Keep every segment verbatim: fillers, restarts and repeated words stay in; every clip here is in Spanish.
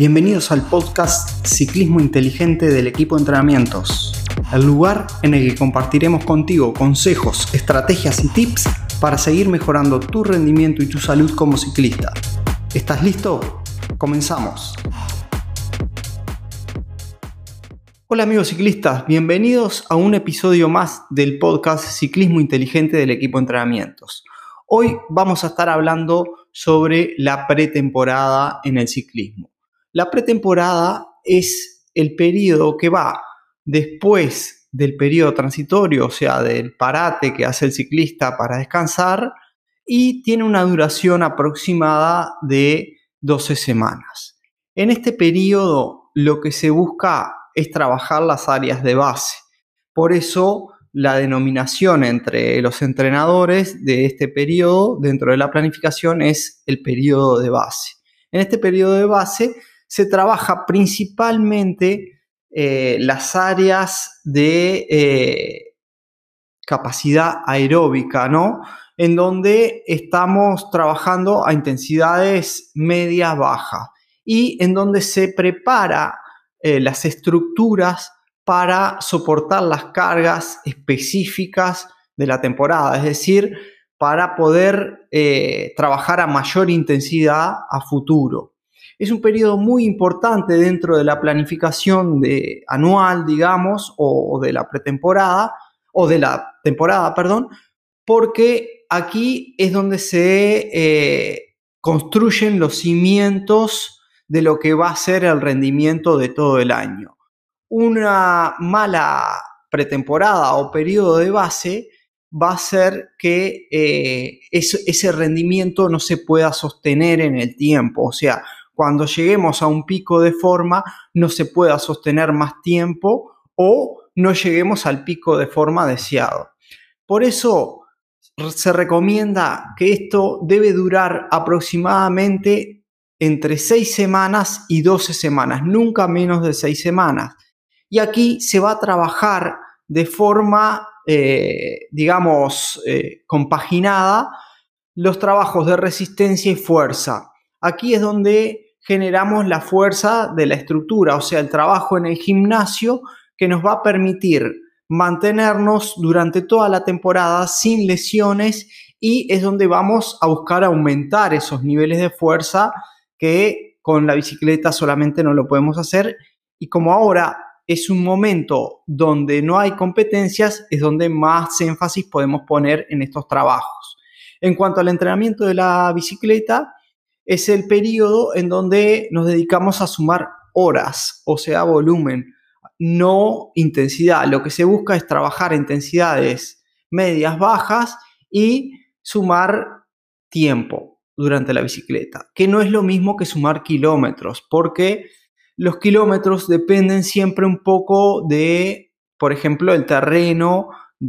Bienvenidos al podcast Ciclismo Inteligente del equipo de entrenamientos, el lugar en el que compartiremos contigo consejos, estrategias y tips para seguir mejorando tu rendimiento y tu salud como ciclista. ¿Estás listo? Comenzamos. Hola amigos ciclistas, bienvenidos a un episodio más del podcast Ciclismo Inteligente del equipo de entrenamientos. Hoy vamos a estar hablando sobre la pretemporada en el ciclismo. La pretemporada es el periodo que va después del periodo transitorio, o sea, del parate que hace el ciclista para descansar, y tiene una duración aproximada de doce semanas. En este periodo lo que se busca es trabajar las áreas de base. Por eso la denominación entre los entrenadores de este periodo dentro de la planificación es el periodo de base. En este periodo de base se trabaja principalmente eh, las áreas de eh, capacidad aeróbica, ¿no? En donde estamos trabajando a intensidades medias bajas y en donde se prepara eh, las estructuras para soportar las cargas específicas de la temporada, es decir, para poder eh, trabajar a mayor intensidad a futuro. Es un periodo muy importante dentro de la planificación de, anual, digamos, o, o de la pretemporada, o de la temporada, perdón, porque aquí es donde se eh, construyen los cimientos de lo que va a ser el rendimiento de todo el año. Una mala pretemporada o periodo de base va a hacer que eh, eso, ese rendimiento no se pueda sostener en el tiempo, o sea, cuando lleguemos a un pico de forma no se pueda sostener más tiempo o no lleguemos al pico de forma deseado. Por eso se recomienda que esto debe durar aproximadamente entre seis semanas y doce semanas, nunca menos de seis semanas. Y aquí se va a trabajar de forma, eh, digamos, eh, compaginada los trabajos de resistencia y fuerza. Aquí es donde generamos la fuerza de la estructura, o sea, el trabajo en el gimnasio que nos va a permitir mantenernos durante toda la temporada sin lesiones, y es donde vamos a buscar aumentar esos niveles de fuerza que con la bicicleta solamente no lo podemos hacer. Y como ahora es un momento donde no hay competencias, es donde más énfasis podemos poner en estos trabajos. En cuanto al entrenamiento de la bicicleta, es el periodo en donde nos dedicamos a sumar horas, o sea, volumen, no intensidad. Lo que se busca es trabajar intensidades medias, bajas y sumar tiempo durante la bicicleta, que no es lo mismo que sumar kilómetros, porque los kilómetros dependen siempre un poco de, por ejemplo, el terreno,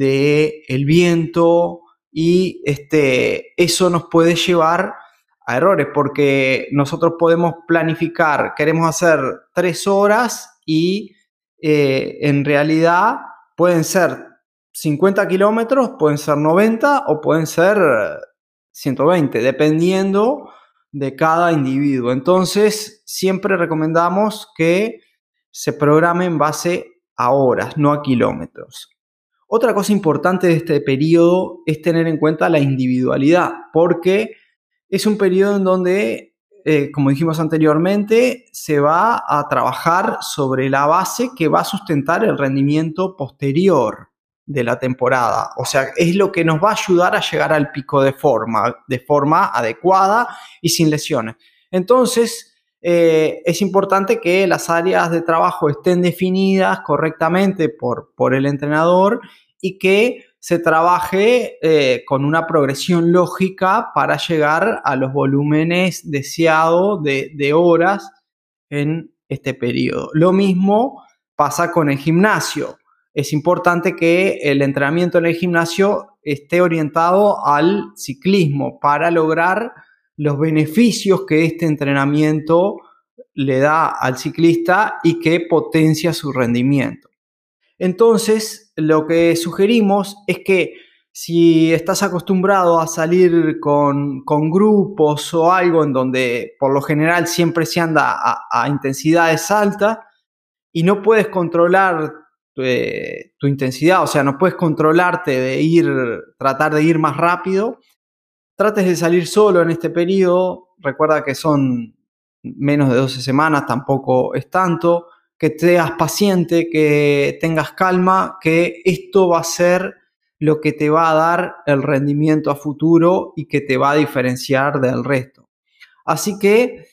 del viento, y este, eso nos puede llevar a errores, porque nosotros podemos planificar, queremos hacer tres horas y eh, en realidad pueden ser cincuenta kilómetros, pueden ser noventa o pueden ser ciento veinte, dependiendo de cada individuo. Entonces, siempre recomendamos que se programe en base a horas, no a kilómetros. Otra cosa importante de este periodo es tener en cuenta la individualidad, porque es un periodo en donde, eh, como dijimos anteriormente, se va a trabajar sobre la base que va a sustentar el rendimiento posterior de la temporada. O sea, es lo que nos va a ayudar a llegar al pico de forma, de forma adecuada y sin lesiones. Entonces, eh, es importante que las áreas de trabajo estén definidas correctamente por, por el entrenador y que se trabaje eh, con una progresión lógica para llegar a los volúmenes deseados de, de horas en este periodo. Lo mismo pasa con el gimnasio. Es importante que el entrenamiento en el gimnasio esté orientado al ciclismo para lograr los beneficios que este entrenamiento le da al ciclista y que potencia su rendimiento. Entonces, lo que sugerimos es que Si estás acostumbrado a salir con, con grupos o algo en donde por lo general siempre se anda a, a intensidades altas y no puedes controlar eh, tu intensidad, o sea, no puedes controlarte de ir, tratar de ir más rápido, trates de salir solo en este periodo. Recuerda que son menos de doce semanas, tampoco es tanto, que seas paciente, que tengas calma, que esto va a ser lo que te va a dar el rendimiento a futuro y que te va a diferenciar del resto. Así que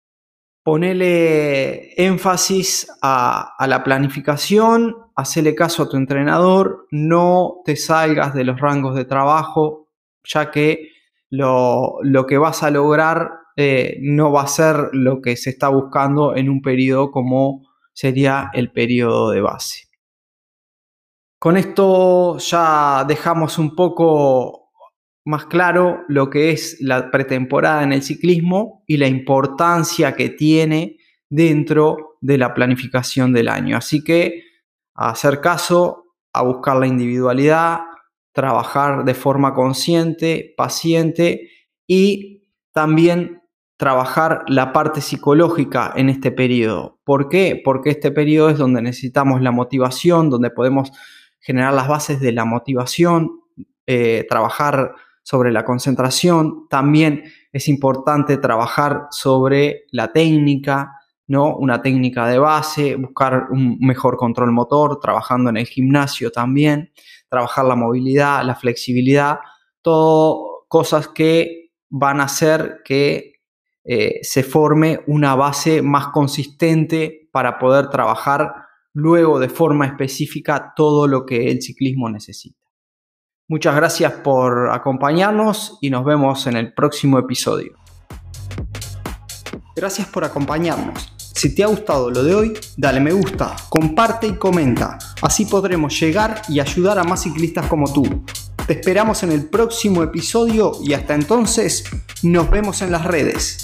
ponele énfasis a, a la planificación, hacele caso a tu entrenador, no te salgas de los rangos de trabajo, ya que lo, lo que vas a lograr eh, no va a ser lo que se está buscando en un periodo como sería el periodo de base. Con esto ya dejamos un poco más claro lo que es la pretemporada en el ciclismo y la importancia que tiene dentro de la planificación del año. Así que a hacer caso, a buscar la individualidad, trabajar de forma consciente, paciente y también trabajar la parte psicológica en este periodo. ¿Por qué? Porque este periodo es donde necesitamos la motivación, donde podemos generar las bases de la motivación, eh, trabajar sobre la concentración. También es importante trabajar sobre la técnica, ¿no? Una técnica de base, buscar un mejor control motor, trabajando en el gimnasio también, trabajar la movilidad, la flexibilidad, todo cosas que van a hacer que eh, se forme una base más consistente para poder trabajar luego de forma específica todo lo que el ciclismo necesita. Muchas gracias por acompañarnos y nos vemos en el próximo episodio. Gracias por acompañarnos. Si te ha gustado lo de hoy, dale me gusta, comparte y comenta. Así podremos llegar y ayudar a más ciclistas como tú. Te esperamos en el próximo episodio y hasta entonces nos vemos en las redes.